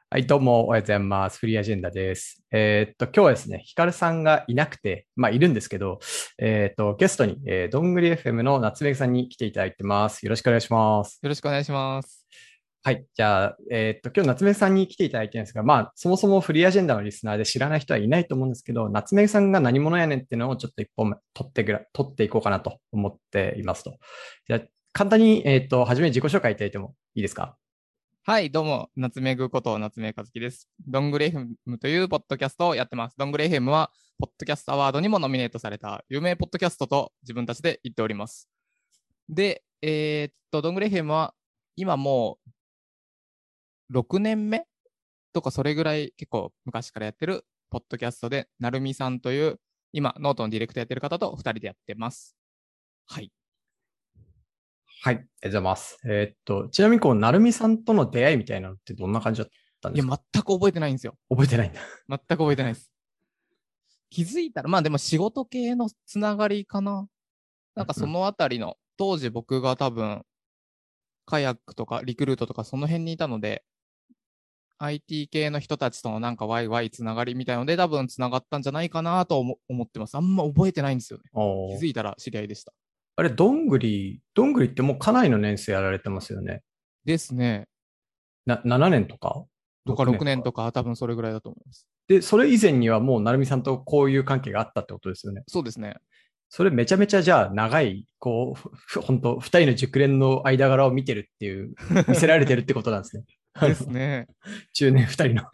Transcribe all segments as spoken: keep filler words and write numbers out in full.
はい、どうも、おはようございます。フリーアジェンダです。えーっと、今日はですね、ヒカルさんがいなくて、まあ、いるんですけど、えーっと、ゲストに、えーどんぐり エフエム の夏目さんに来ていただいてます。よろしくお願いします。 よろしくお願いします。 はい、じゃあ、えーっと、今日夏目さんに来ていただいてるんですが、まあ、そもそもフリーアジェンダのリスナーで知らない人はいないと思うんですけど、夏目さんが何者やねんっていうのをちょっと一本目取ってぐら、取っていこうかなと思っていますと。じゃあ、簡単に、えーっと、はじめに自己紹介いただいてもいいですか？ はい、どうも、夏目ぐこと夏目和樹です。どんぐり エフエム というポッドキャストをやってます。どんぐり エフエム は、ポッドキャストアワードにもノミネートされた有名ポッドキャストと自分たちで言っております。で、えーっと、どんぐり エフエム は、今もうろくねんめとかそれぐらい結構昔からやってるポッドキャストで、なるみさんという、今、ノートのディレクターやってる方とふたりでやってます。はい。 はい、ありがとうございます。えーっと、ちなみにこう、なるみさんとの出会いみたいなのってどんな感じだったんいや、 ですか？ 全く覚えてないんですよ。 覚えてないんだ。 全く覚えてないです。気づいたら、まあでも仕事系のつながりかな。なんかそのあたりの、当時僕が多分、カヤックとかリクルートとかその辺にいたので、アイティー 系の人たちとのなんかワイワイつながりみたいので多分つながったんじゃないかなと思思ってます。あんま覚えてないんですよね。気おー。 づいたら知り合いでした。 あれ、どんぐり、どんぐりってもうかなりの年数やられてますよね。 ですね。 な、ななねんとかとか ?ろく 年 6 とか。 年とか多分それぐらいだと思います。 で、それ以前にはもうなるみさんとこういう関係があったってことですよね。 そうですね。 それめちゃめちゃじゃあ長い、こう、ふ本当二人の熟練の間柄を見てるっていう、見せられてるってことなんですね。あの、 ですね。 中年二人の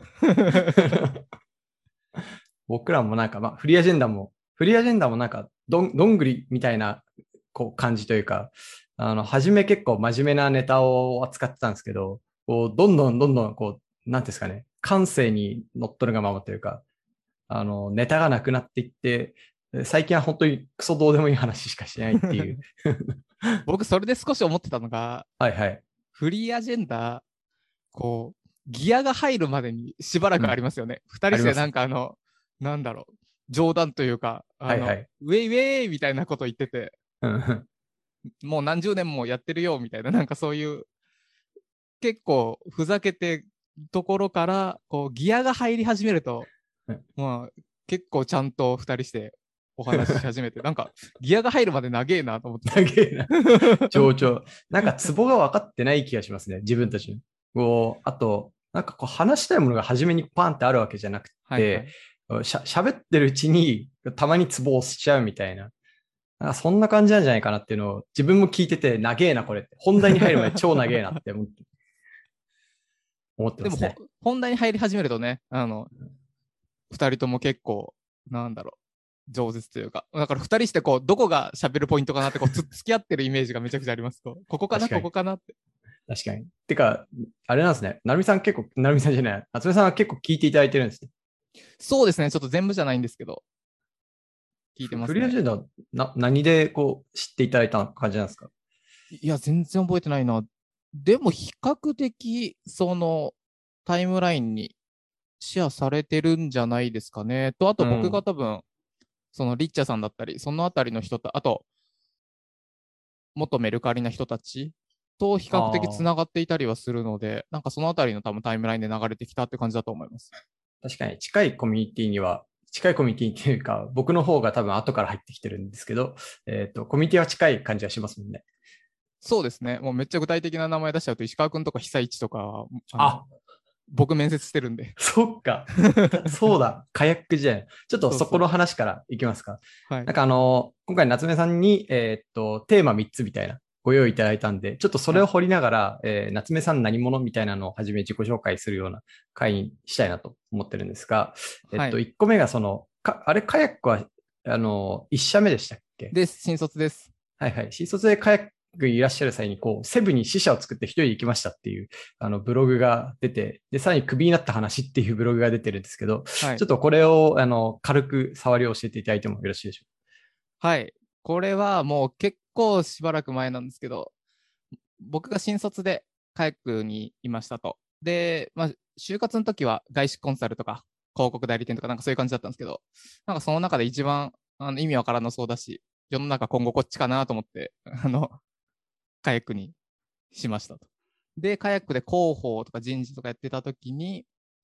僕らもなんか、まあ、フリーアジェンダも、フリーアジェンダもなんか、どん、どんぐりみたいな、こう、感じというか、あの、初め結構真面目なネタを扱ってたんですけど、こう、どんどんどんどん、こう、なんていうんですかね、感性に乗っ取るがままというか、あの、ネタがなくなっていって、最近は本当にクソどうでもいい話しかしてないっていう。 僕それで少し思ってたのが、 はいはい。 フリーアジェンダこう、ギアが入るまでにしばらくありうん。 ますよね。二人してなあります。 んかあの、なんだろう、冗談というか、あの、 はいはい。 ウェイウェイみたいなこと言ってて、 うん。 もう何十年もやってるよみたいな、なんかそういう、結構ふざけてところから、こう、ギアが入り始めると、まあ、結構ちゃんと二人してお話しし始めて、なんか、ギアが入るまで長えなと思って。 長えな。上々。なんかツボが分かってない気がしますね。自分たちに。こう、あと、なんかこう話したいものが初めにパンってあるわけじゃなくて、 はいはい。 しゃ、喋ってるうちにたまにツボを押しちゃうみたいな。なんかそんな感じなんじゃないかなっていうのを自分も聞いてて、長えなこれって。本題に入るまで超長えなって思って思ってでもほ、 ますね。 本題に入り始めるとね、あの、二人とも結構、なんだろう、饒舌というか、だから二人してこう、どこが喋るポイントかなってこう、つっつき合ってるイメージがめちゃくちゃあります。こうここかな、こ確かに。 こかなって。 確かに。てか、あれなんですね。なるみさん結構、なるみさんじゃない。夏目さんは結構聞いていただいてるんですね。 そうですね、ちょっと全部じゃないんですけど、聞いてフますね。 フリーアジェンダな、何でこう知っていただいた感じなんですか？ いや、全然覚えてないな。でも、比較的、その、タイムラインにシェアされてるんじゃないですかね。と、あと僕がうん。 多分、そのリッチャさんだったり、そのあたりの人と、あと、元メルカリな人たちと比較的つああ。 ながっていたりはするので、なんかそのあたりの多分タイムラインで流れてきたって感じだと思います。 確かに近いコミュニティには、近いコミュニティっていうか、僕の方が多分後から入ってきてるんですけど、えっと、コミュニティは近い感じはしますもんね。 そうですね。もうめっちゃ具体的な名前出しちゃうと、石川くんとか被災地とか、あの、 あ、 僕面接してるんで。 そっか。たそうだ。カヤックじゃん。ちょっとそこのそうそう。 話からいきますか。 はい。 なんかあの、今回夏目さんに、えっと、テーマみっつみたいなご用意いただいたんで、ちょっとそはい。 れを掘りながら、えー夏目さん何者みたいなのをはじめ自己紹介するような会にしたいなと思ってるんですが、えっと、 はい。 いっこめがその、か、あれ、カヤックは、あの、いっ社目でしたっけ？ です。新卒です。 はいはい。新卒でカヤックにいらっしゃる際に、こう、セブに支社を作って一人で行きましたっていう、あの、ブログが出て、で、さらにクビになった話っていうブログが出てるんですけど、 はい。 ちょっとこれを、あの、軽く触りを教えていただいてもよろしいでしょはい。これはもう結構しばらく前なんですけど、僕が新卒でカヤックにいましたと。で、まあ、就活の時は外資コンサルとか広告代理店とかなんかそういう感じだったんですけど、なんかその中で一番あの意味わからなそうだし、世の中今後こっちかなと思って、あの、カヤックにしましたと。で、カヤックで広報とか人事とかやってた時に、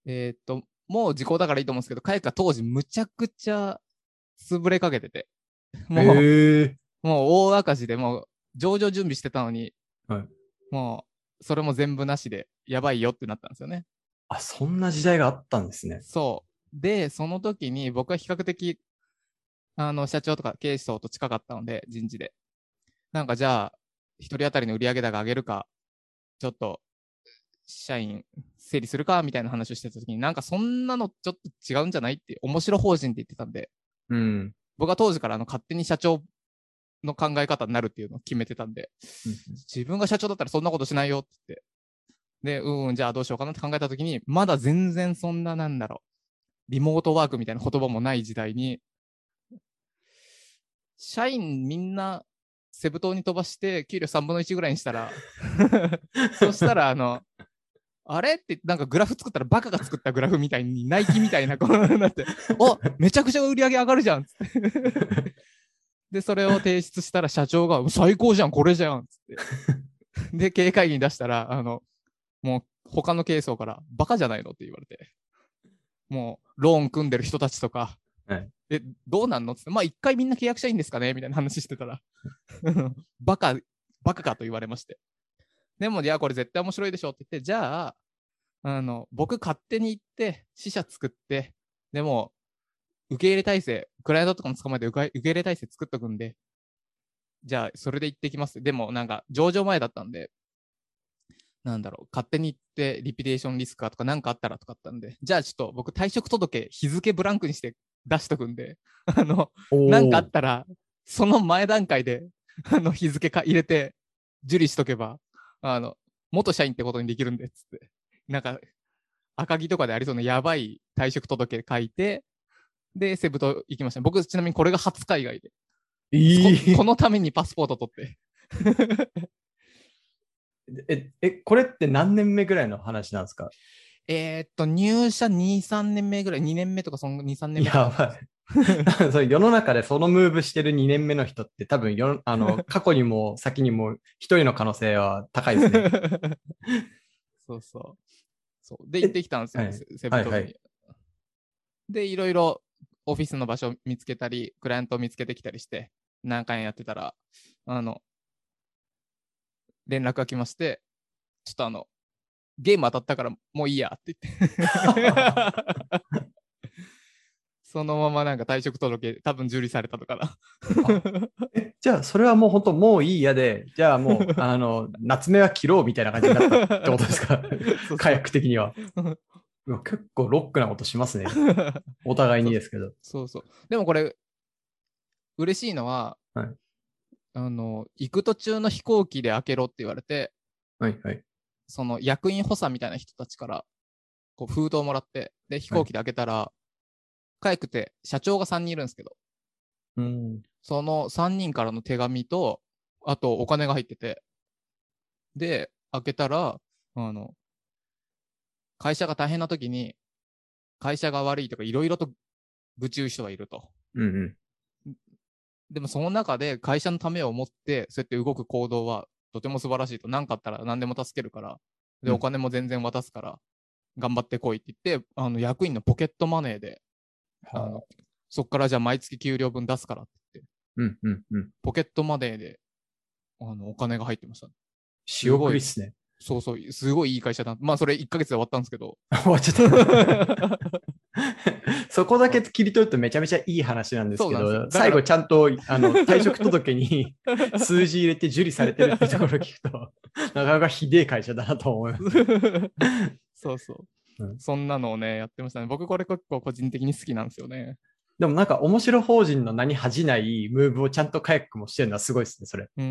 えーっと、もう時効だからいいと思うんですけど、カヤックは当時むちゃくちゃ潰れかけてて、もう、 へえ。 もう大赤字でもう上場準備してたのに、 はい。 もうそれも全部なしでやばいよってなったんですよね。 あ、そんな時代があったんですね。 そう。で、その時に僕は比較的、あの、社長とか経営層と近かったので、人事で。なんかじゃあ、一人当たりの売上高上げるか、ちょっと、社員整理するかみたいな話をしてた時に、なんかそんなのちょっと違うんじゃないって、面白法人って言ってたんで、 うん。 僕は当時からあの勝手に社長の考え方になるっていうのを決めてたんで、 うん、 自分が社長だったらそんなことしないよって言って、で、うん、じゃあどうしようかなって考えた時に、まだ全然そんななんだろう、リモートワークみたいな言葉もない時代に、社員みんなセブ島に飛ばして給料さんぶんのいちぐらいにしたらそしたらあのあれってなんかグラフ作ったらバカが作ったグラフみたいにナイキみたいなこうなっておめちゃくちゃ売り上げ上がるじゃんっつってでそれを提出したら社長が最高じゃんこれじゃんっつってで経営会議に出したらあのもう他の経営層からバカじゃないのって言われてもうローン組んでる人たちとかはい、 え、どうなんのってまあ一回みんな契約社員ですかねみたいな話してたらバカ、バカかと言われまして。でも、いや、これ絶対面白いでしょって言って、じゃあ、あの、僕勝手に行って、支社作って、でも、受け入れ体制、クライアントとかも捕まえて受け入れ体制作っとくんで、じゃあ、それで行ってきます。でも、なんか、上場前だったんで、なんだろう、勝手に行ってリピテーションリスクかとかなんかあったらとかあったんで、じゃあちょっと僕退職届日付ブランクにして出しとくんで、あの、なんかあったら、その前段階で、あの、日付か入れて、受理しとけば、あの、元社員ってことにできるんで、つって。なんか、赤木とかでありそうなやばい退職届書いて、で、セブ島行きました。僕、ちなみにこれが初海外で。 いいこ, このためにパスポート取ってえ、え、これって何年目ぐらいの話なんですか？ えーっと、入社に、さんねんめぐらい、にねんめとか、そのに、さんねんめとか。 やばい。そう世の中でそのムーブしてるにねんめの人って多分よあの過去にも先にも一人の可能性は高いですね。 そうそう。そうで、行っえ、 てきたんですよ、 はい、 セセブ島に。 はいはい。 で、いろいろオフィスの場所を見つけたり、クライアントを見つけてきたりして、何回やってたら、あの、連絡が来まして、ちょっとあの、ゲーム当たったからもういいやって言ってそのままなんか退職届多分受理されたのかなえ、じゃあそれはもう本当もういいやで、じゃあもうあの夏目は切ろうみたいな感じになったってことですか？火薬的には。結構ロックなことしますね。お互いにですけど。 そうそう。でもこれ、嬉しいのは、 はい、 あの、行く途中の飛行機で開けろって言われて、 はいはい。 その役員補佐みたいな人たちからこう封筒をもらって、で、飛行機で開けたら、はい、かゆくて社長がさんにんいるんですけど、 うん、 そのさんにんからの手紙と、あとお金が入ってて、で、開けたら、あの、会社が大変な時に、会社が悪いとかいろいろと愚痴る人がいると。 うんうん、 でもその中で会社のためを思って、そうやって動く行動はとても素晴らしいと。何かあったら何でも助けるから、で、お金も全然渡すから、頑張ってこいって言って、あの、役員のポケットマネーで、あの、そっからじゃあ毎月給料分出すからって言って、 うんうんうん、 ポケットマネーで、あの、お金が入ってました。 仕送りっすね。 そうそう、すごいいい会社だ。まあ、それいっかげつで終わったんですけど。 終わっちゃった。そこだけ切り取るとめちゃめちゃいい話なんですけど、最後ちゃんとあの退職届に数字入れて受理されてるってところを聞くと、なかなかひでえ会社だなと思います。 そうそう、うん。そんなのをね、やってましたね。僕これ結構個人的に好きなんですよね。 でもなんか面白法人の名に恥じないムーブをちゃんとカヤックもしてるのはすごいですね、それ。うん、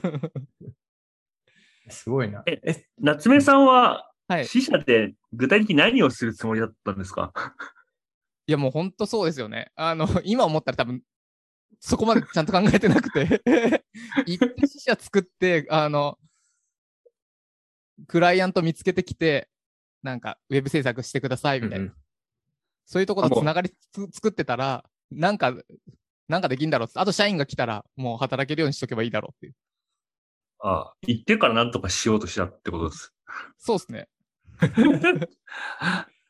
すごいな。 え、え夏目さんは、支社で具体的に何をするつもりだったんですか？ いや、もう本当そうですよね。あの、今思ったら多分、そこまでちゃんと考えてなくて行って支社作って、あの、クライアント見つけてきて、なんか、ウェブ制作してください、みたいな。うんうん、そういうところとつながり作ってたら、なんか、なんかできんだろうって。あと社員が来たら、もう働けるようにしとけばいいだろうっていう。 ああ、言ってからなんとかしようとしたってことです。 そうですね。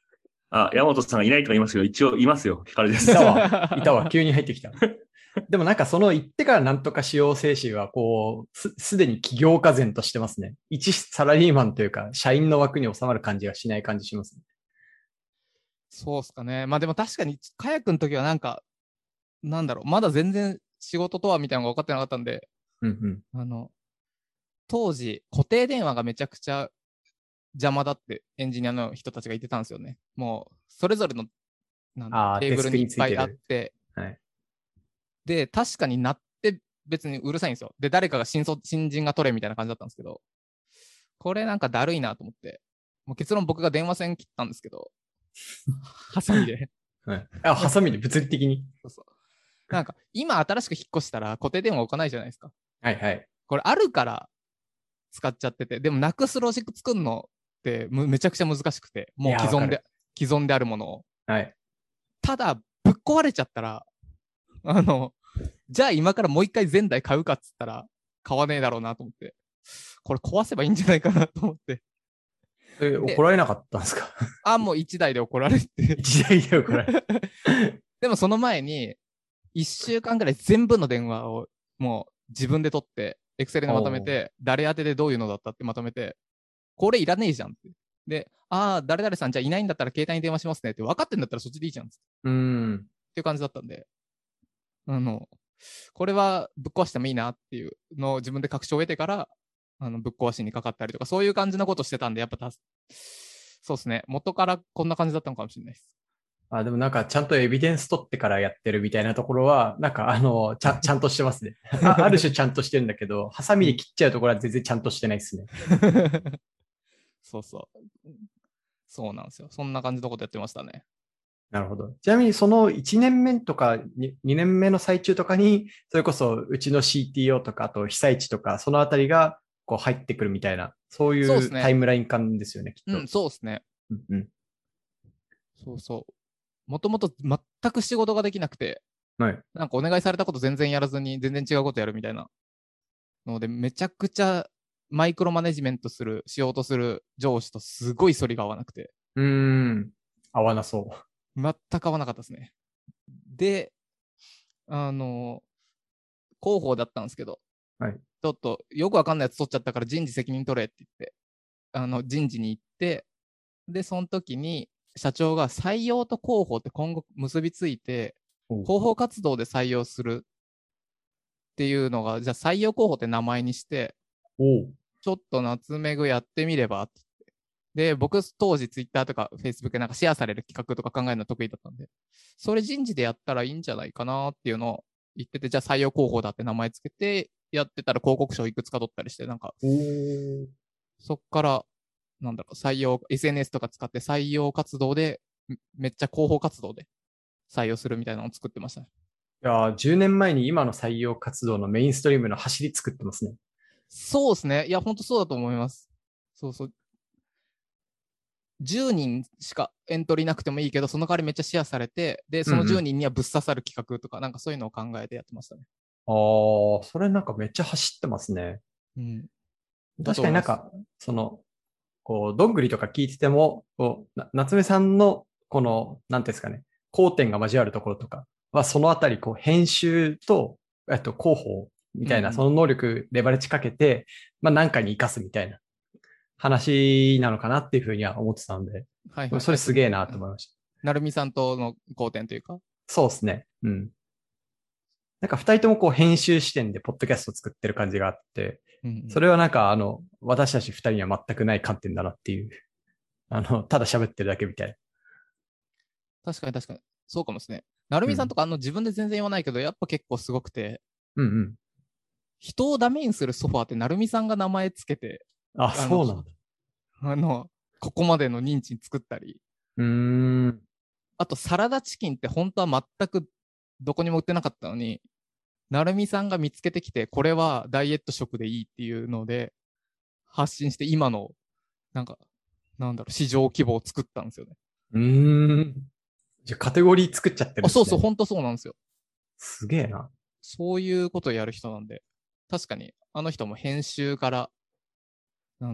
あ、山本さんがいないとか言いますけど、一応いますよ。ヒカルです。 いたわ。いたわ。急に入ってきた。でもなんかその言ってからなんとかしよう精神はこう、す、すでに起業家然としてますね。一サラリーマンというか、社員の枠に収まる感じがしない感じしますね。 そうっすかね。まあでも確かに、カヤ君の時はなんか、なんだろう、まだ全然仕事とはみたいなのが分かってなかったんで、 うんうん。 あの、当時、固定電話がめちゃくちゃ邪魔だってエンジニアの人たちが言ってたんですよね。もう、それぞれの、なんだろう、 ああ、 テーブルデスクにいっぱいあっについてる。 て、 はい。 で、確かになって別にうるさいんですよ。で、誰かが新卒、新人が取れみたいな感じだったんですけど、これなんかだるいなと思って、もう結論僕が電話線切ったんですけど、ハサミで。 はい。あ、ハサミで物理的に。 そうそう。なんか、今新しく引っ越したら固定電話置かないじゃないですか。 はいはい。 これあるから使っちゃってて、でもなくすロジック作るのってめちゃくちゃ難しくて、もう既存で、既存であるものを。 はい。 ただ、ぶっ壊れちゃったら、あの、じゃあ今からもう一回前代買うかっつったら、買わねえだろうなと思って、これ壊せばいいんじゃないかなと思って。 え、怒られなかったんですか？ あ、もう一台で怒られて。 一台で怒られる。 でもその前に、一週間ぐらい全部の電話をもう自分で取って、エクセルでまとめて、誰宛てでどういうのだったってまとめて、これいらねえじゃんって。で、ああ、誰々さんじゃあいないんだったら携帯に電話しますねって分かってんだったらそっちでいいじゃんって。 うん。 っていう感じだったんで、あの、これはぶっ壊してもいいなっていうのを自分で確証を得てから、あのぶっ壊しにかかったりとか、そういう感じのことをしてたんで、やっぱたそうですね、元からこんな感じだったのかもしれないです。 あ、でもなんかちゃんとエビデンス取ってからやってるみたいなところは、なんかあの、ちゃ、ちゃんとしてますね。あ、ある種ちゃんとしてるんだけど、ハサミで切っちゃうところは全然ちゃんとしてないですね。 そうそう。そうなんですよ。そんな感じのことやってましたね。 なるほど。ちなみにそのいちねんめとかににねんめの最中とかに、それこそうちの シーティーオー とか、あと被災地とか、そのあたりがこう入ってくるみたいな、そういうタそうですね。 イムライン感ですよね、きっと。 うん、そうですね。 うんうん。 そうそう。もともと全く仕事ができなくて、 はい。 なんかお願いされたこと全然やらずに、全然違うことやるみたいなので、めちゃくちゃマイクロマネジメントする、しようとする上司とすごい反りが合わなくて。 うーん。合わなそ全く合わなかったですね。で、あの、広報だったんですけど、 う。はい。 ちょっとよくわかんないやつ取っちゃったから人事責任取れって言って、あの人事に行って、で、その時に社長が採用と広報って今後結びついて、広報活動で採用するっていうのが、じゃあ採用広報って名前にして、ちょっと夏メグやってみればって言って。で、僕当時ツイッターとかフェイスブックでなんかシェアされる企画とか考えるの得意だったんで、それ人事でやったらいいんじゃないかなっていうのを言ってて、じゃあ採用広報だって名前つけてやってたら広告賞いくつか取ったりして、なんか、そっから、なんだろう、採用、エスエヌエス とか使って採用活動で、めっちゃ広報活動で採用するみたいなのを作ってましたね。 いやー、じゅうねんまえに今の採用活動のメインストリームの走り作ってますね。 そうですね。いや、ほんとそうだと思います。そうそう。じゅうにんしかエントリーなくてもいいけど、その代わりめっちゃシェアされて、で、そのじゅうにんにはぶっ刺さる企画とか、うんうん、なんかそういうのを考えてやってましたね。 ああ、それなんかめっちゃ走ってますね。 うん。 確かになんか、その、こう、どんぐりとか聞いてても、こう、な夏目さんの、この、なんていうんですかね、交点が交わるところとかは、そのあたり、こう、編集と、えっと、広報みたいな、うんうん、その能力、レバレッジかけて、まあ、なんかに活かすみたいな話なのかなっていうふうには思ってたので、はいはい、それすげえなと思いました。 なるみさんとの交点というかそうですね。うん。なんか二人ともこう編集視点でポッドキャストを作ってる感じがあって、うんうん、それはなんかあの、私たち二人には全くない観点だなっていう。あの、ただ喋ってるだけみたいな。 確かに確かに。そうかもですね。なるみさんとかあの自分で全然言わないけど、やっぱ結構すごくて。 うんうん。 人をダメにするソファーってなるみさんが名前つけて。 あ、そうなんだ。 あの、ここまでの認知作ったり。 うーん。 あとサラダチキンって本当は全くどこにも売ってなかったのに、なるみさんが見つけてきて、これはダイエット食でいいっていうので、発信して今の、なんか、なんだろう、市場規模を作ったんですよね。 うーん。じゃあカテゴリー作っちゃってるんですね。 あ、そうそう、本当そうなんですよ。 すげえな。 そういうことをやる人なんで、確かに、あの人も編集から、なんだろう、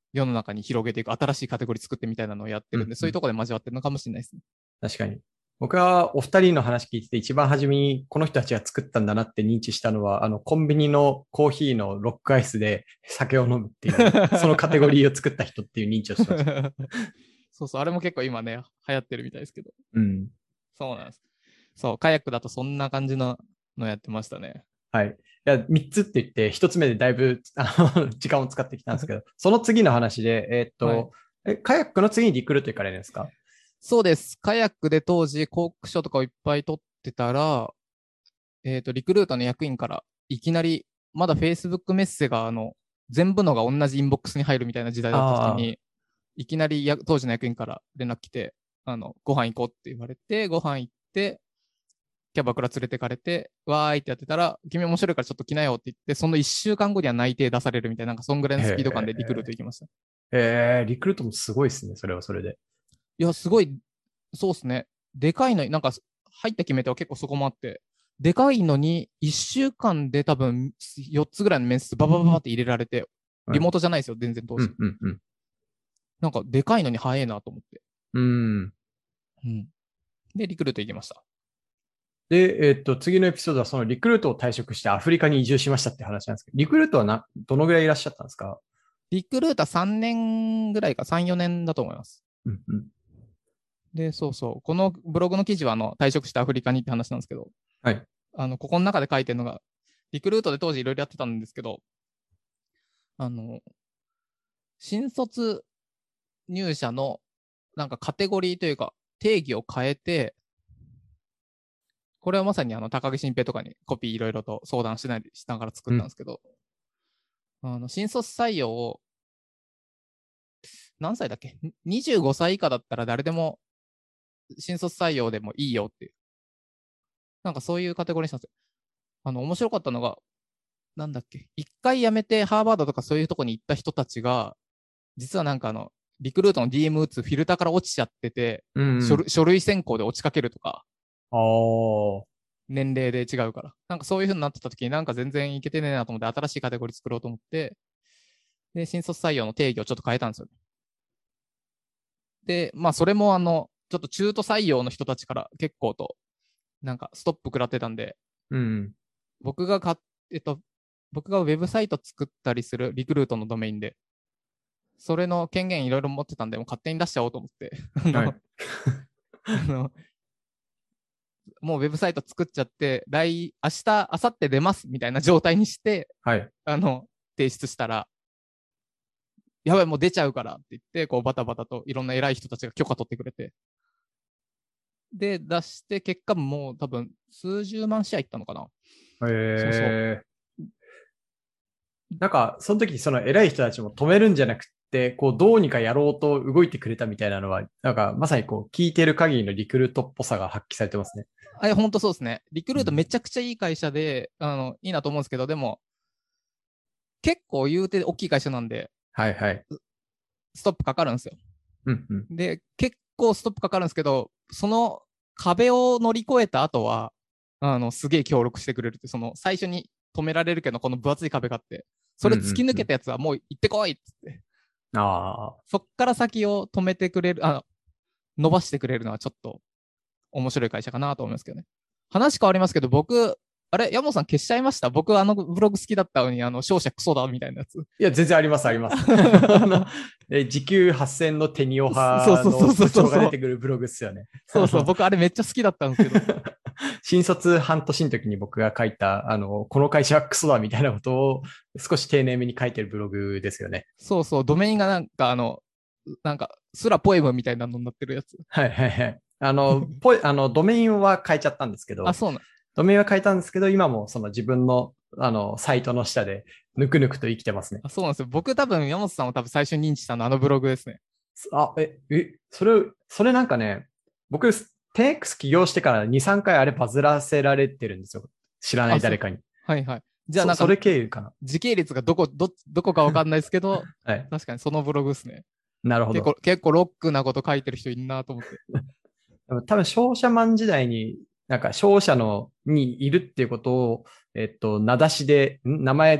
世の中に広げていく、新しいカテゴリー作ってみたいなのをやってるんで、うんうん、そういうところで交わってるのかもしれないですね。 確かに。僕はお二人の話聞いてて一番初めにこの人たちが作ったんだなって認知したのは、あのコンビニのコーヒーのロックアイスで酒を飲むっていう、そのカテゴリーを作った人っていう認知をしました。 そうそう、あれも結構今ね、流行ってるみたいですけど。 うん。 そうなんです。そう、カヤックだとそんな感じののやってましたね。 はい。いや、みっつって言って、ひとつめでだいぶあの時間を使ってきたんですけど、その次の話で、えー、っと、はい、え、カヤックの次にリクルート行かれるんですか？ そうです。カヤックで当時、航空書とかをいっぱい取ってたら、えっ、ー、と、リクルートの役員からいきなり、まだ Facebook メッセが、あの、全部のが同じインボックスに入るみたいな時代だった時に、いきなりや当時の役員から連絡来て、あの、ご飯行こうって言われて、ご飯行って、キャバクラ連れてかれて、わーいってやってたら、君面白いからちょっと来なよって言って、そのいっしゅうかんごには内定出されるみたいな、なんかそんぐらいのスピード感でリクルート行きました。 えー、リクルートもすごいですね、それはそれで。 いや、すごい、そうですね。でかいのに、なんか入った決め手は結構そこもあって、でかいのにいっしゅうかんで多分よっつぐらいの面接ババババって入れられて、リモートじゃないですよ、全然当時。 うんうんうん、 なんかでかいのに早いなと思って。 うん。 うん。で、リクルート行きました。 で、えー、っと、次のエピソードはそのリクルートを退職してアフリカに移住しましたって話なんですけど、リクルートはな、どのぐらいいらっしゃったんですか？ リクルートはさんねんぐらいか、さん、よねんだと思います。 うんうん、 で、そうそう。このブログの記事はあの退職してアフリカにって話なんですけど、 はい。 あの、ここの中で書いてるのが、リクルートで当時いろいろやってたんですけど、あの、新卒入社のなんかカテゴリーというか定義を変えて、これはまさにあの高木新平とかにコピーいろいろと相談しないしながら作ったんですけど、うん、あの新卒採用を何歳だっけ ?にじゅうご 歳以下だったら誰でも新卒採用でもいいよっていう。なんかそういうカテゴリーにしたんですよ。あの面白かったのが、なんだっけ一回辞めてハーバードとかそういうとこに行った人たちが、実はなんかあの、リクルートの ディーエム 打つフィルターから落ちちゃってて、うんうん、書, 書類選考で落ちかけるとか、 あ年齢で違うから。なんかそういう風になってた時になんか全然いけてねえなと思って新しいカテゴリー作ろうと思って、で、新卒採用の定義をちょっと変えたんですよ。で、まあそれもあの、ちょっと中途採用の人たちから結構と、なんかストップ食らってたんで、 うん、 僕がか、えっと、僕がウェブサイト作ったりするリクルートのドメインで、それの権限いろいろ持ってたんで、もう勝手に出しちゃおうと思って、はい、あのもうウェブサイト作っちゃって、来、明日、明後日出ますみたいな状態にして、 はい、 あの、提出したら、やばい、もう出ちゃうからって言って、こうバタバタといろんな偉い人たちが許可取ってくれて、で、出して、結果もう多分数十万試合いったのかな。 へえ。そうそう。なんか、その時、その偉い人たちも止めるんじゃなくて、こう、どうにかやろうと動いてくれたみたいなのは、なんか、まさにこう、聞いてる限りのリクルートっぽさが発揮されてますね。 あ、本当そうですね。リクルートめちゃくちゃいい会社で、うん、あの、いいなと思うんですけど、でも、結構言うて大きい会社なんで、 はいはい。 ストップかかるんですよ。 うんうん、 で、結構ストップかかるんですけど、その壁を乗り越えた後は、あの、すげえ協力してくれるって、その、最初に止められるけど、この分厚い壁があって、それ突き抜けたやつはもう行ってこいっつって。 うんうんうん、ああ。 そっから先を止めてくれる、あ、伸ばしてくれるのはちょっと面白い会社かなと思いますけどね。話変わりますけど、僕、あれ、山本さん消しちゃいました？僕、あのブログ好きだったのに、あの、勝者クソだみたいなやつ。いや、全然あります、あります。え時給はっせんのテニオ派の部長が出てくるブログっすよね。 そうそう、僕、あれめっちゃ好きだったんですけど。 新卒半年の時に僕が書いた、あの、この会社はクソだみたいなことを少し丁寧めに書いてるブログですよね。 そうそう、ドメインがなんか、あの、なんか、すらポエムみたいなのになってるやつ。 はいはいはい。あの、ポあのドメインは変えちゃったんですけど、 あ、そうなドメインは変えたんですけど、今もその自分の、あの、サイトの下で、ぬくぬくと生きてますね。 あ、そうなんですよ。僕多分、山本さんは多分最初に認知したのあのブログですね。 あ、え、え、それ、それなんかね、僕、テンエックス 起業してからに、さんかいあれバズらせられてるんですよ。知らない誰かに。 はいはい。じゃあなんか、 それ経由かな。 時系列がどこ、ど、どこかわかんないですけど、 はい。 確かにそのブログですね。 なるほど。 結構、結構ロックなこと書いてる人いるなと思って。 多分、商社マン時代に、なんか商社の、にいるっていうことを、えっと、名出しで、名前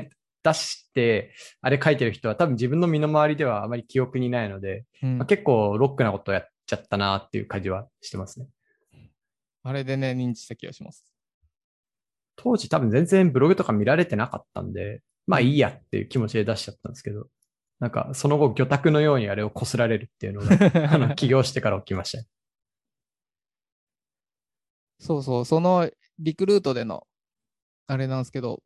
出して、あれ書いてる人は多分自分の身の回りではあまり記憶にないので、 うんまあ、結構ロックなことをやっちゃったなっていう感じはしてますね。 あれでね、認知した気がします。 当時多分全然ブログとか見られてなかったんで、まあいいやっていう気持ちで出しちゃったんですけど、なんかその後魚拓のようにあれをこすられるっていうのが、あの、起業してから起きましたね。 そうそう、そのリクルートでの、あれなんですけど、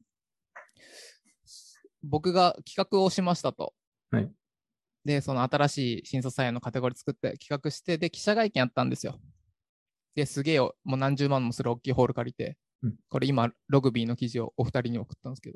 僕が企画をしましたと。 はい。 で、その新しい新卒採用のカテゴリー作って企画して、で、記者会見やったんですよ。で、すげえ、もう何十万もする大きいホール借りて、うん、これ今、ログビーの記事をお二人に送ったんですけど。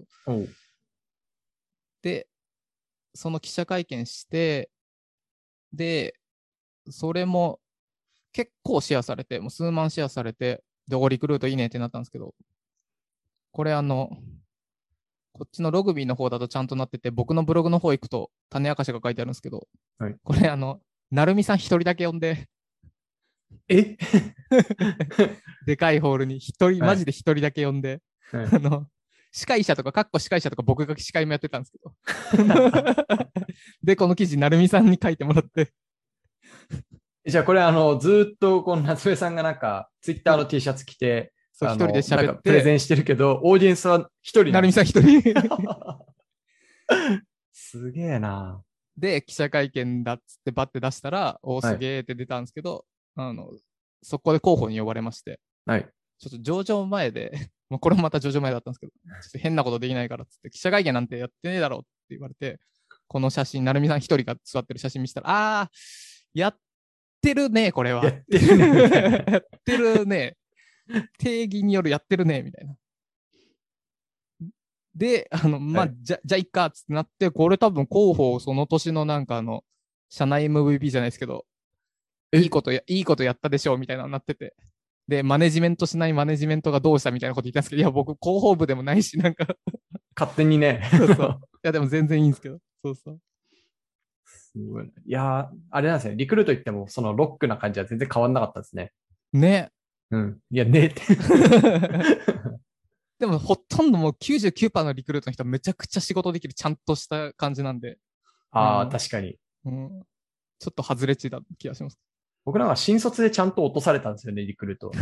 で、その記者会見して、で、それも結構シェアされて、もう数万シェアされて、で、おリクルートいいねってなったんですけど、これあの、こっちのログビーの方だとちゃんとなってて、僕のブログの方行くと種明かしが書いてあるんですけど、はい、これあの、なるみさん一人だけ呼んで、 えでかいホールに一人、マジで一人だけ呼んで、はい、あの、司会者とか、かっこ司会者とか僕が司会もやってたんですけど。で、この記事、なるみさんに書いてもらって。 じゃあこれあの、ずっとこの夏目さんがなんか、ツイッターの T シャツ着て、 そう、一人で喋って。 プレゼンしてるけど、オーディエンスは一人なるみさん一人。 すげえな。 で、記者会見だっつってバッて出したら、おーすげーって出たんですけど、はい、あの、そこで候補に呼ばれまして、 はい。 ちょっと上場前で、まあ、これもまた上場前だったんですけど、ちょっと変なことできないからっつって、記者会見なんてやってねえだろうって言われて、この写真、なるみさん一人が座ってる写真見せたら、あー、やってるね、これは。 やってるね。 やってるね。定義によるやってるね、みたいな。で、あの、まあ、はい、じゃ、じゃあいっか、つってなって、これ多分広報その年のなんかあの、社内 エムブイピー じゃないですけど、いいことや、いいことやったでしょう、みたいなのになってて。で、マネジメントしないマネジメントがどうしたみたいなこと言ったんですけど、いや、僕、広報部でもないし、なんか勝手にね。 そうそう。いや、でも全然いいんですけど。そうそう。 すごい。いやー、あれなんですね。リクルート言っても、そのロックな感じは全然変わんなかったですね。 ね。 うん。いや、ねって。 でも、ほとんどもう きゅうじゅうきゅうパーセント のリクルートの人はめちゃくちゃ仕事できる、ちゃんとした感じなんで。 ああ、うん、確かに、 うん。ちょっと外れ値だ気がします。 僕なんか新卒でちゃんと落とされたんですよね、リクルート。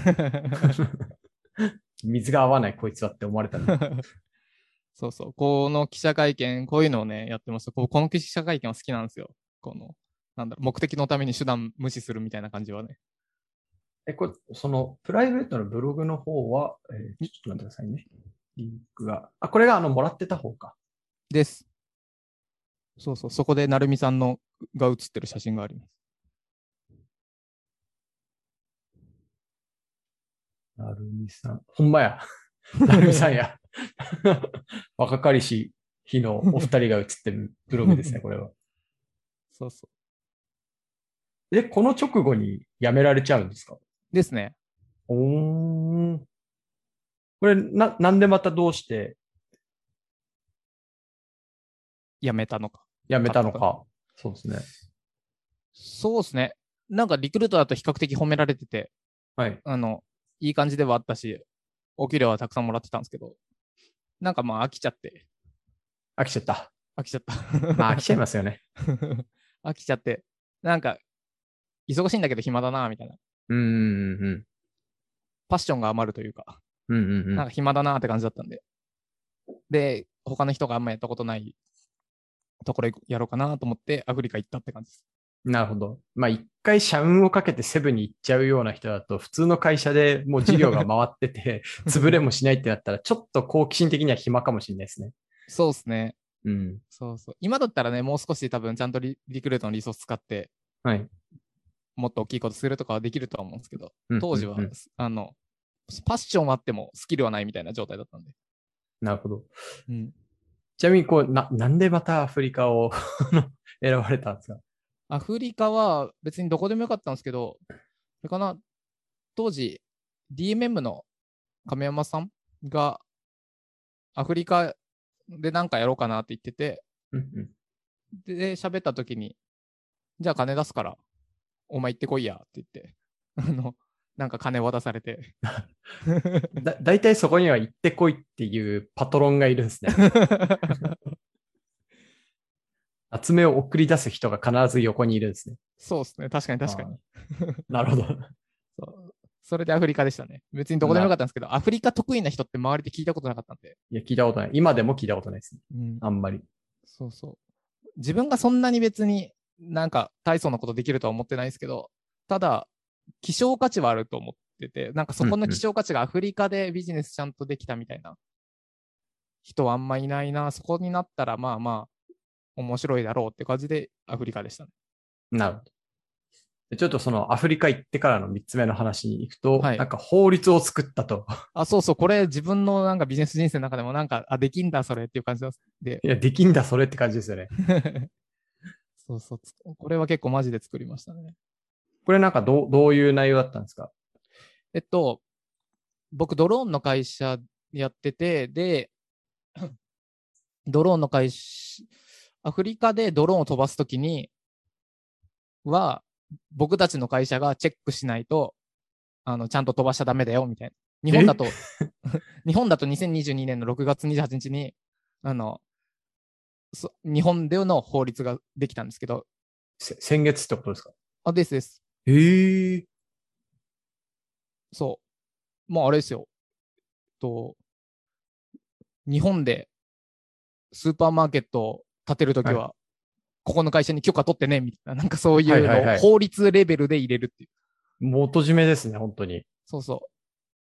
水が合わないこいつはって思われたの。 そうそう。この記者会見、こういうのをね、やってます。この記者会見は好きなんですよ。この、なんだろう、目的のために手段無視するみたいな感じはね。 え、これ、その、プライベートのブログの方は、えー、ちょっと待ってくださいね。リンクが。あ、これがあの、もらってた方か。 です。そうそう。そこで、なるみさんのが写ってる写真があります。 なるみさん。ほんまや。なるみさんや。若かりし日のお二人が写ってるブログですね、これは。 そうそう。 で、この直後に辞められちゃうんですか？ ですね。 おー。これ、な、なんでまたどうして辞めたのか。 辞めたのか。そうですね。 そうですね。なんかリクルートだと比較的褒められてて、 はい。 あの、いい感じではあったし、お給料はたくさんもらってたんですけど、なんかまあ飽きちゃって。 飽きちゃった。 飽きちゃった。 まあ飽きちゃいますよね。 飽きちゃって、なんか、忙しいんだけど暇だな、みたいな。 うんうんうん。 パッションが余るというか、 うんうんうん。 なんか暇だなって感じだったんで。で、他の人があんまやったことないところやろうかなと思ってアフリカ行ったって感じです。 なるほど。まあ一回社運をかけてセブンに行っちゃうような人だと、普通の会社でもう事業が回ってて、潰れもしないってなったら、ちょっと好奇心的には暇かもしれないですね。 そうですね。 うん。 そうそう。今だったらね、もう少し多分ちゃんと リ, リクルートのリソース使って、 はい。 もっと大きいことするとかはできるとは思うんですけど、 うん、 当時は、うんうん、あの、パッションはあってもスキルはないみたいな状態だったんで。 なるほど。 うん、 ちなみにこう、な、なんでまたアフリカを選ばれたんですか？ アフリカは別にどこでもよかったんですけど、それかな、当時 ディーエムエム の亀山さんがアフリカで何かやろうかなって言ってて、 うんうん、 で、喋った時に、じゃあ金出すから、お前行ってこいやって言って、あの、 なんか金渡されて。 だ、だいたいそこには行ってこいっていうパトロンがいるんですね。集めを送り出す人が必ず横にいるんですね。 そうですね。確かに確かに。 なるほど。 そう。それでアフリカでしたね。別にどこでもよかったんですけど、アフリカ得意な人って周りで聞いたことなかったんで。 いや、聞いたことない。今でも聞いたことないですね。 うん、 あんまり。 そうそう。自分がそんなに別になんか大層なことできるとは思ってないですけど、ただ、希少価値はあると思ってて、なんかそこの希少価値がアフリカでビジネスちゃんとできたみたいな人はあんまいないな。そこになったらまあまあ面白いだろうって感じでアフリカでしたね。 なるほど。ちょっとそのアフリカ行ってからのみっつめの話に行くと、 はい、 なんか法律を作ったと。 あ、そうそう、これ自分のなんかビジネス人生の中でもなんか、あ、できんだそれっていう感じで。 いや、できんだそれって感じですよね。 そうそう、これは結構マジで作りましたね。 これなんかどう、どういう内容だったんですか？ えっと、僕ドローンの会社やってて、で、ドローンの会社、アフリカでドローンを飛ばすときには、僕たちの会社がチェックしないと、あの、ちゃんと飛ばしちゃダメだよ、みたいな。日本だと、日本だとにせんにじゅうにねんのろくがつにじゅうはちにちに、あの、日本での法律ができたんですけど。 先月ってことですか？ あ、ですです。 へえ。 そう。まあ、あれですよ。と、日本でスーパーマーケットを建てるときは、はい、ここの会社に許可取ってね、みたいな、なんかそういうのを法律レベルで入れるっていう。 元締めですね、本当に。 そうそう。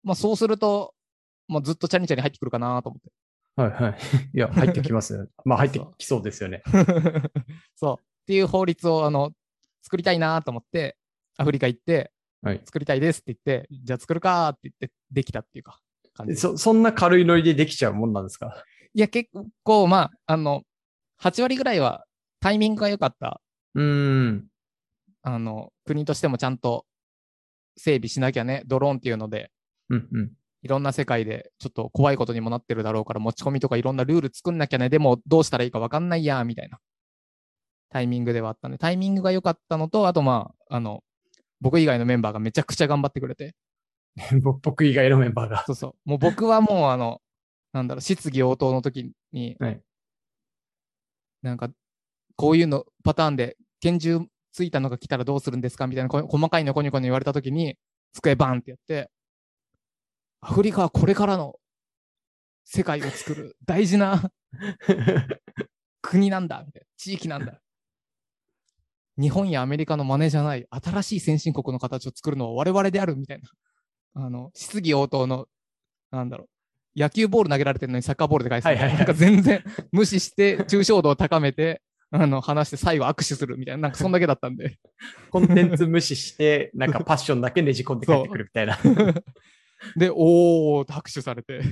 まあ、そうすると、まあ、ずっとチャリンチャリン入ってくるかなと思って。 はいはい。いや、入ってきますね。まあ、入ってきそうですよね。 そう。っていう法律を、あの、作りたいなと思って、アフリカ行って、はい、作りたいですって言って、じゃあ作るかって言って、できたっていうか、 感じ。そ、そんな軽いノリでできちゃうもんなんですか？ いや、結構、まあ、あの、はちわりぐらいはタイミングが良かった。 うーん。 あの、国としてもちゃんと整備しなきゃね、ドローンっていうので、 うんうん。 いろんな世界でちょっと怖いことにもなってるだろうから、持ち込みとかいろんなルール作んなきゃね、でもどうしたらいいか分かんないや、みたいなタイミングではあったんで、タイミングが良かったのと、あとまあ、あの、僕以外のメンバーがめちゃくちゃ頑張ってくれて。 僕以外のメンバーが。 そうそう。もう僕はもうあの、なんだろう、質疑応答の時に、はい、なんか、こういうのパターンで拳銃ついたのが来たらどうするんですかみたいな細かいのコニコニ言われた時に、机バンってやって、アフリカはこれからの世界を作る大事な国なんだみたいな、地域なんだ。日本やアメリカの真似じゃない新しい先進国の形を作るのは我々であるみたいな、あの質疑応答のなんだろう、野球ボール投げられてるのにサッカーボールで返すみたいな、なんか全然無視して抽象度を高めてあの話して最後握手するみたいな、なんかそんだけだったんでコンテンツ無視してなんかパッションだけねじ込んで帰ってくるみたいなで、おーって拍手されて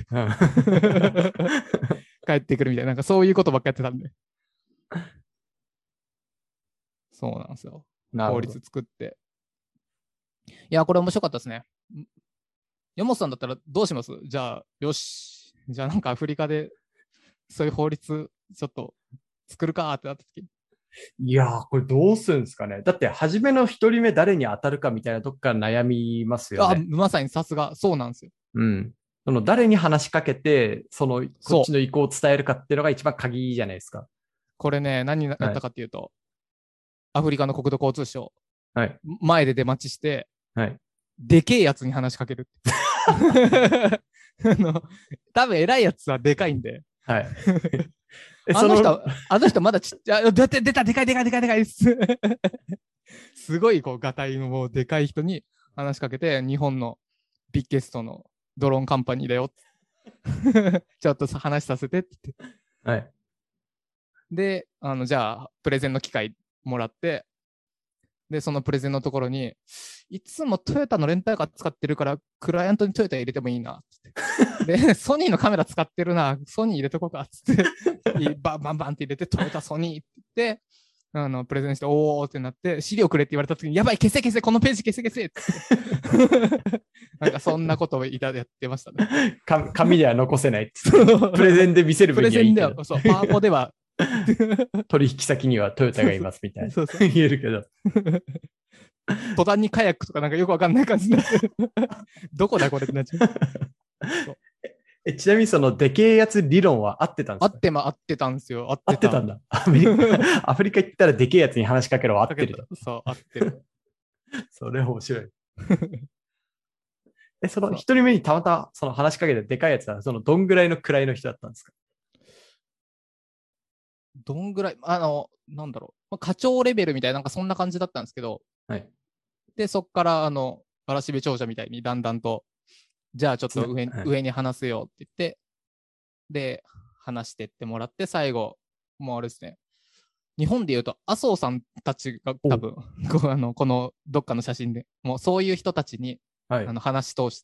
帰ってくるみたいな、なんかそういうことばっかやってたんで。そうなんですよ。法律作って。いや、これ面白かったですね。山本さんだったらどうします？じゃあ、よし。じゃあなんかアフリカでそういう法律ちょっと作るかってなった時。 いやー、これどうするんですかね。だって初めの一人目誰に当たるかみたいなとこから悩みますよね。 あ、まさにさすが。そうなんですよ。 うん。その誰に話しかけて、そのこっちの意向を伝えるかっていうのが一番鍵じゃないですか。 これね、何やったかっていうと、はい、アフリカの国土交通省、 はい、 前で出待ちして、 はい、 でけえやつに話しかけるってあの多分偉いやつはでかいんで、 はい、 あの人あの人まだちっちゃい、出た出たでかいでかいでかいでかいですすごいこうガタイのもうでかい人に話しかけて、日本のビッゲストのドローンカンパニーだよちょっと話させてって言って、 はい、 で、あのじゃあプレゼンの機会もらって、でそのプレゼンのところに、いつもトヨタのレンタカー使ってるからクライアントにトヨタ入れてもいいなってでソニーのカメラ使ってるな、ソニー入れとこうかっつってバンバンバンって入れて、トヨタソニーって言ってあのプレゼンして、おーってなって、資料くれって言われた時に、やばい消せ消せこのページ消せ消せってなんかそんなことをいたやってましたね紙では残せないってプレゼンで見せる分にはいいけど、 プレゼンではそう、パワポでは取引先にはトヨタがいますみたいなそうそう言えるけど途端にカヤックとかなんかよくわかんない感じになってる。どこだこれってなっちゃう。 えちなみにそのでけえやつ理論は合ってたんですか？ 合ってま、合ってたんですよ。合ってた。 合ってたんだ。アメリカ、アフリカ行ったらでけえやつに話しかけろは合ってると。 そう、合ってる。 それ面白い。え、その一人目にたまたまその話しかけてでかいやつは、そのどんぐらいの位の人だったんですか？ どんぐらい、あの、なんだろう。課長レベルみたいな、なんかそんな感じだったんですけど、 はい。 で、そっから、あの、わらしべ長者みたいにだんだんと、じゃあちょっと上に、はい、上に話すよって言って、で、話してってもらって、最後、もうあれですね。日本で言うと、麻生さんたちが多分、こ, あのこのどっかの写真で、もうそういう人たちに、はい、あの話し通して、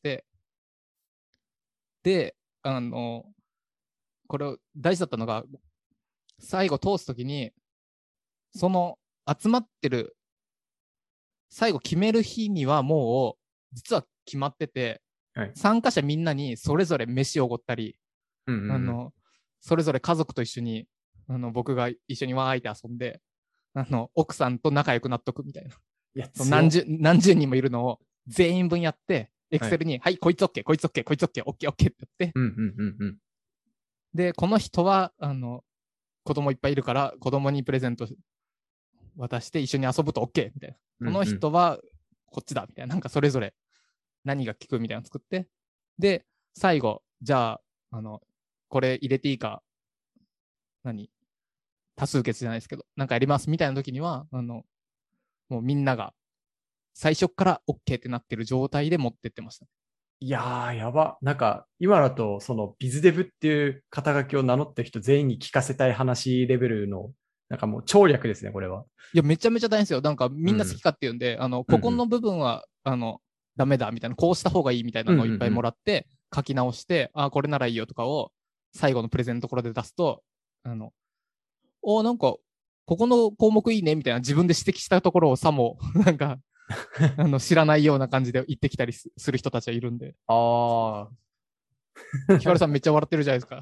で、あの、これ大事だったのが、最後通すときに、その集まってる、最後決める日にはもう、実は決まってて、はい、参加者みんなにそれぞれ飯をおごったり、うんうんうん、あのそれぞれ家族と一緒にあの僕が一緒にわーいて遊んで、あの奥さんと仲良くなっとくみたいな。いや何十何十人もいるのを全員分やって、エクセルに、はい、はい、こいつ OK、こいつ OK、こいつ OK、OK、OK ってやって、うんうんうんうん、で、この人はあの子供いっぱいいるから子供にプレゼント渡して一緒に遊ぶと OK みたいな。うんうん、この人はこっちだみたいな。なんかそれぞれ何が効くみたいなの作って、で、最後、じゃあ、あの、これ入れていいか、何多数決じゃないですけど、なんかやりますみたいな時には、あの、もうみんなが最初から OK ってなってる状態で持ってってました。 いやー、やば。なんか、今だと、その、ビズデブっていう肩書きを名乗ってる人全員に聞かせたい話レベルの、なんかもう超略ですね、これは。 いや、めちゃめちゃ大変ですよ。なんか、みんな好きかっていうんで、うん、あの、ここの部分は、うんうん、あの、ダメだみたいな、こうした方がいいみたいなのをいっぱいもらって、うんうんうん、書き直して、あ、これならいいよとかを、最後のプレゼンのところで出すと、あの、お、なんか、ここの項目いいねみたいな自分で指摘したところをさも、なんか、あの知らないような感じで言ってきたりする人たちはいるんで。 ああ。ひかるさんめっちゃ笑ってるじゃないですか。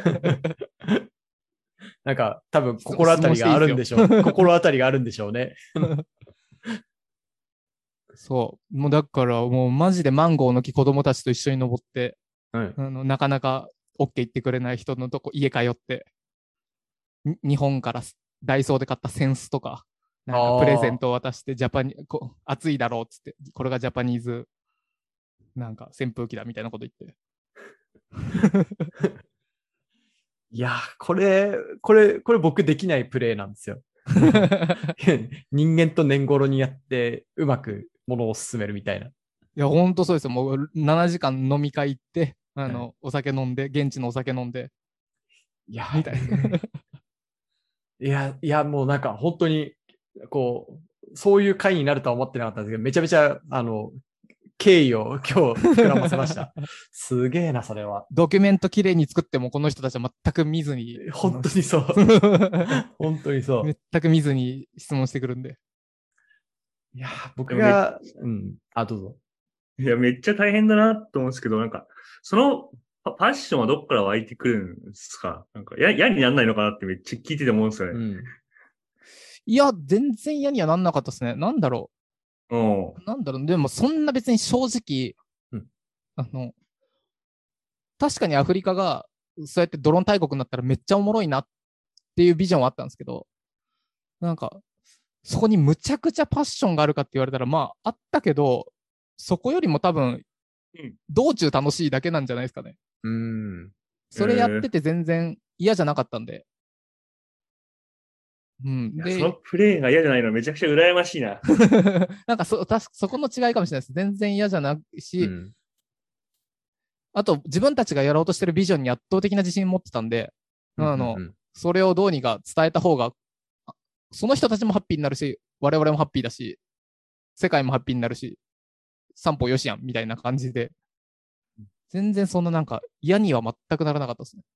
なんか、多分心当たりがあるんでしょう。心当たりがあるんでしょうね。 そう。もうだから、もうマジでマンゴーの木子供たちと一緒に登って、はい、あのなかなか OK 言ってくれない人のとこ家通って、日本からダイソーで買ったセンスとか、なんかプレゼントを渡して、ジャパニこう暑いだろうっつって、これがジャパニーズ、なんか扇風機だみたいなこと言って。 いや、これ、これ、これ僕できないプレイなんですよ。人間と年頃にやって、うまくものを進めるみたいな。いや、ほんとそうですよ。もうななじかん飲み会行って、あの、はい、お酒飲んで、現地のお酒飲んで。 いや、みたいな。いや、いや、もうなんか本当に、こう、そういう回になるとは思ってなかったんですけど、めちゃめちゃ、あの、敬意を今日膨らませました。すげえな、それは。 ドキュメントきれいに作っても、この人たちは全く見ずに。 本当にそう。本当にそう。 全く見ずに質問してくるんで。 いや、僕が、うん、あ、どうぞ。 いや、めっちゃ大変だなと思うんですけど、なんか、そのパッションはどっから湧いてくるんですか？なんか、や、嫌にならないのかなってめっちゃ聞いてて思うんですよね。うん、 いや、全然嫌にはなんなかったですね。なんだろう。なんだろう。でも、そんな別に正直、うん、あの、確かにアフリカが、そうやってドローン大国になったらめっちゃおもろいなっていうビジョンはあったんですけど、なんか、そこにむちゃくちゃパッションがあるかって言われたら、まあ、あったけど、そこよりも多分、うん、道中楽しいだけなんじゃないですかね。うん。それやってて全然嫌じゃなかったんで。 うん。で、そのプレイが嫌じゃないのはめちゃくちゃ羨ましいな。 なんかそ、たそこの違いかもしれないです。全然嫌じゃないし、うん、あと自分たちがやろうとしてるビジョンに圧倒的な自信持ってたんで、うんうんうん、あの、それをどうにか伝えた方が、その人たちもハッピーになるし、我々もハッピーだし、世界もハッピーになるし、三歩よしやんみたいな感じで、全然そんななんか嫌には全くならなかったですね。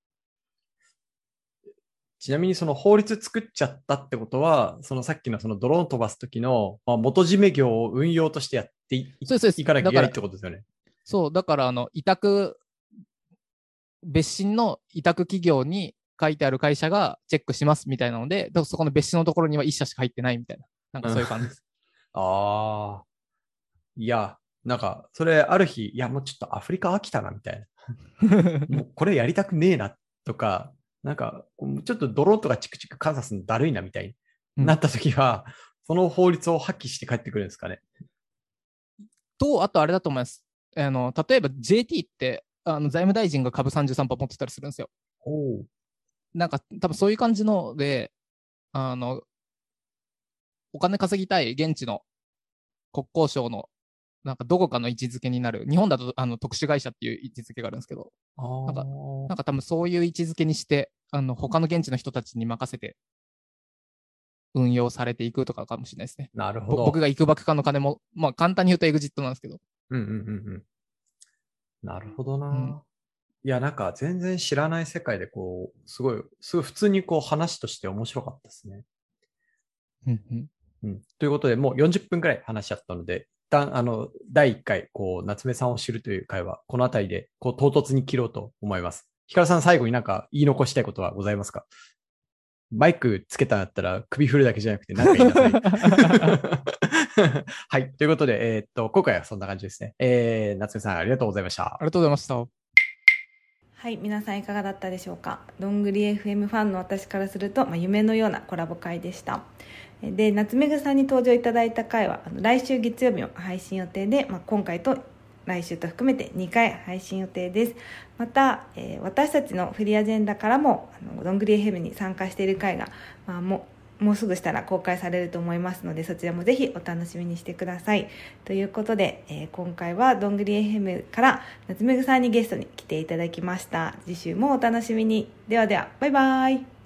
ちなみにその法律作っちゃったってことは、そのさっきのそのドローン飛ばす時の、まあ、元締め業を運用としてやっていかなきゃいけないってことですよね。 そう、だからあの委託、別紙の委託企業に書いてある会社がチェックしますみたいなので、そこの別紙のところにはいっ社しか入ってないみたいな、なんかそういう感じです。 ああ。いや、なんか、それある日、いや、もうちょっとアフリカ飽きたな、みたいな。もうこれやりたくねえな、とか、なんか、ちょっとドローンとかチクチク観察するのだるいな、みたいになった時は、うん、その法律を発揮して帰ってくるんですかね。 と、あとあれだと思います。あの、例えば ジェーティー って、あの財務大臣が株 さんじゅうさんパーセント 持ってたりするんですよ。 おなんか、多分そういう感じので、あの、お金稼ぎたい現地の国交省のなんかどこかの位置づけになる、日本だとあの特殊会社っていう位置づけがあるんですけど、なんか、なんか多分そういう位置づけにして、あの他の現地の人たちに任せて運用されていくとかかもしれないですね。 なるほど。 僕がいくばくかの金も、まあ簡単に言うとエグジットなんですけど。 うんうんうんうん。なるほどな、うん。いや、なんか全然知らない世界でこう、すごい、すごい普通にこう話として面白かったですね。 うんうんうん、ということで、もうよんじゅっぷんくらい話しちゃったので、一旦、あの、だいいっかい、こう、夏目さんを知るという会話、このあたりで、こう、唐突に切ろうと思います。ヒカルさん、最後になんか言い残したいことはございますか？マイクつけたんだったら首振るだけじゃなくて何か言いなさい。はい。ということで、えー、っと、今回はそんな感じですね。えー、夏目さんありがとうございました。 ありがとうございました。 はい、皆さんいかがだったでしょうか。どんぐり エフエム ファンの私からすると、まあ、夢のようなコラボ会でした。で、夏目ぐさんに登場いただいた回はあの来週月曜日の配信予定で、まあ、今回と来週と含めてにかい配信予定です。また、えー、私たちのフリーアジェンダからもあのどんぐり エフエム に参加している回が、まあ、ももうすぐしたら公開されると思いますので、そちらもぜひお楽しみにしてください。ということで、えー、今回はどんぐり エフエム から夏目ぐさんにゲストに来ていただきました。次週もお楽しみに。ではでは、バイバイ。